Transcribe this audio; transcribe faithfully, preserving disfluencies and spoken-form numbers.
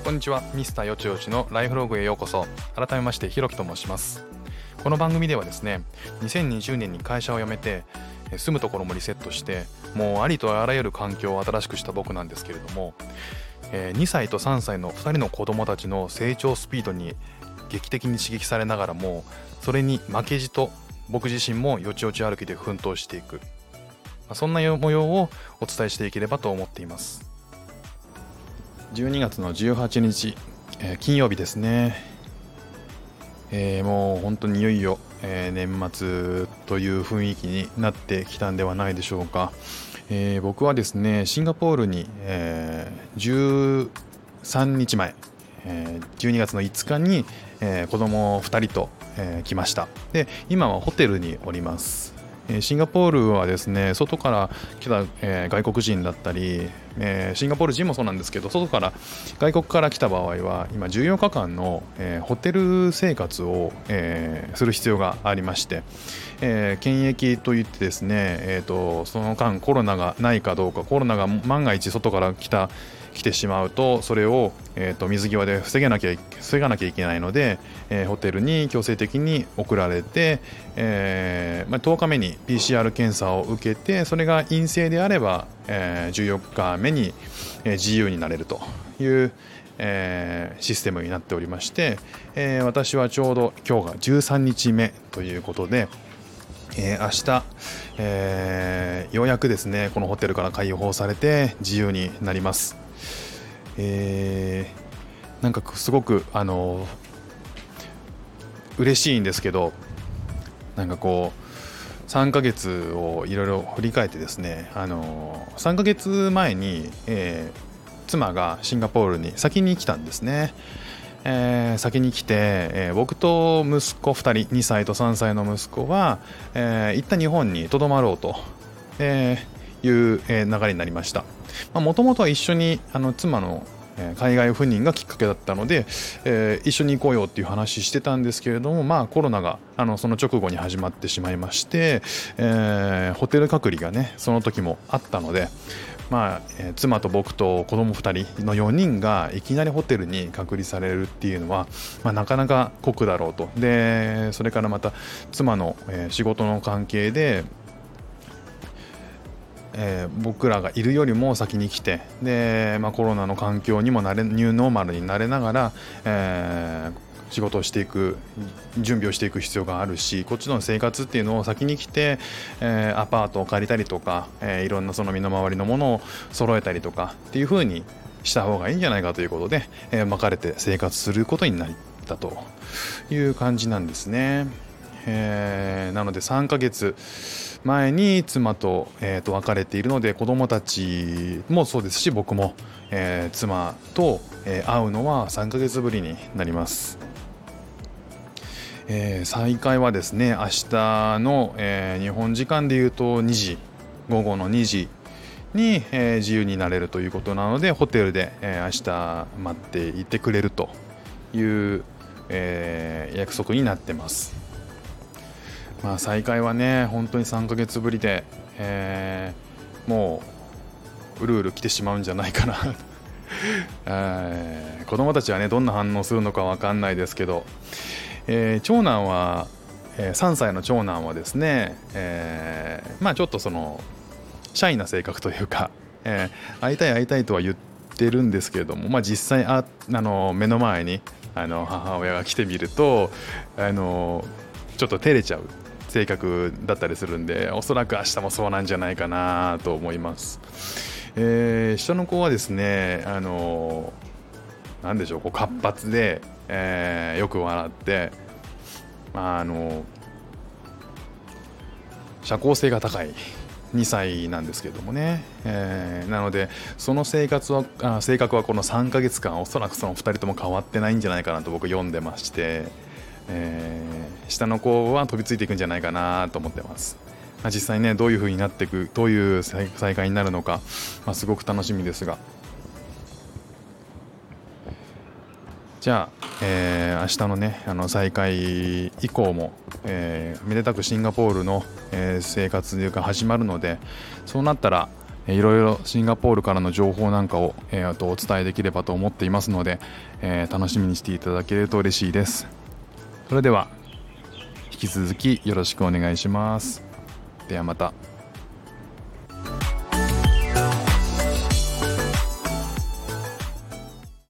こんにちは、ミスターよちよちのライフログへようこそ。改めましてひろきと申します。この番組ではですね、にせんにじゅうねんに会社を辞めて住むところもリセットして、もうありとあらゆる環境を新しくした僕なんですけれども、にさいとさんさいのふたりの子供たちの成長スピードに劇的に刺激されながらも、それに負けじと僕自身もよちよち歩きで奮闘していく、そんな模様をお伝えしていければと思っています。じゅうにがつのじゅうはちにち、えー、金曜日ですね。えー、もう本当にいよいよ、えー、年末という雰囲気になってきたんではないでしょうか。えー、僕はですね、シンガポールに、えー、じゅうさんにちまえ、えー、じゅうにがつのいつかに、えー、子供ふたりと、えー、来ました。で、今はホテルにおります。シンガポールはですね、外から来た、えー、外国人だったり、えー、シンガポール人もそうなんですけど、外から外国から来た場合は今じゅうよっかかんの、えー、ホテル生活を、えー、する必要がありまして、えー、検疫といってですね、えーと、その間コロナがないかどうか、コロナが万が一外から来た来てしまうと、それを、えーと水際で防げなきゃ防がなきゃいけないので、えー、ホテルに強制的に送られて、えーまあ、とおかめに ピーシーアール 検査を受けて、それが陰性であれば、えー、じゅうよっかめに、えー、自由になれるという、えー、システムになっておりまして、えー、私はちょうど今日がじゅうさんにちめということで、えー、明日、えー、ようやくですね、このホテルから解放されて自由になります。えー、なんかすごくあの嬉しいんですけど、なんかこうさんかげつをいろいろ振り返ってですね、あのさんかげつまえに、えー、妻がシンガポールに先に来たんですね。えー、先に来て、えー、僕と息子ふたり、にさいとさんさいの息子は、えー、一旦日本にとどまろうと、えー、いう、えー、流れになりました。もともとは一緒にあの妻の海外赴任がきっかけだったので、えー、一緒に行こうよっていう話してたんですけれども、まあコロナがあのその直後に始まってしまいまして、えー、ホテル隔離がねその時もあったので、まあえー、妻と僕と子供ふたりのよにんがいきなりホテルに隔離されるっていうのは、まあ、なかなか酷だろうと。でそれからまた妻の、えー、仕事の関係でえー、僕らがいるよりも先に来て、で、まあ、コロナの環境にもなれニューノーマルになれながら、えー、仕事をしていく準備をしていく必要があるし、こっちの生活っていうのを先に来て、えー、アパートを借りたりとか、えー、いろんなその身の回りのものを揃えたりとかっていう風にした方がいいんじゃないかということで、えー、別れて生活することになったという感じなんですね。えー、なのでさんかげつまえに妻と、えー、と別れているので、子供たちもそうですし僕も、えー、妻と、えー、会うのはさんかげつぶりになります。えー、再開はですね、明日の、えー、日本時間でいうとにじ、午後のにじに、えー、自由になれるということなので、ホテルで、えー、明日待っていてくれるという、えー、約束になってます。まあ、再開はね本当にさんかげつぶりで、えー、もううるうる来てしまうんじゃないかな、えー、子供たちはねどんな反応するのか分かんないですけど、えー、長男は、えー、さんさいの長男はですね、えー、まあちょっとそのシャイな性格というか、えー、会いたい会いたいとは言ってるんですけれども、まあ、実際ああの目の前にあの母親が来てみるとあのちょっと照れちゃう性格だったりするんで、おそらく明日もそうなんじゃないかなと思います。えー、下の子はですね、あのなんでしょう、こう活発で、えー、よく笑って、まあ、あの社交性が高いにさいなんですけどもね、えー、なのでその生活はあ性格はこのさんかげつかんおそらくそのふたりとも変わってないんじゃないかなと僕読んでまして、えー、下の子は飛びついていくんじゃないかなと思ってます。まあ、実際ねどういう風になっていく、どういう再開になるのか、まあ、すごく楽しみですが、じゃあ、えー、明日のねあの再開以降も、えー、めでたくシンガポールの、えー、生活が始まるので、そうなったら、 いろいろシンガポールからの情報なんかを、えー、とお伝えできればと思っていますので、えー、楽しみにしていただけると嬉しいです。それでは引き続きよろしくお願いします。ではまた。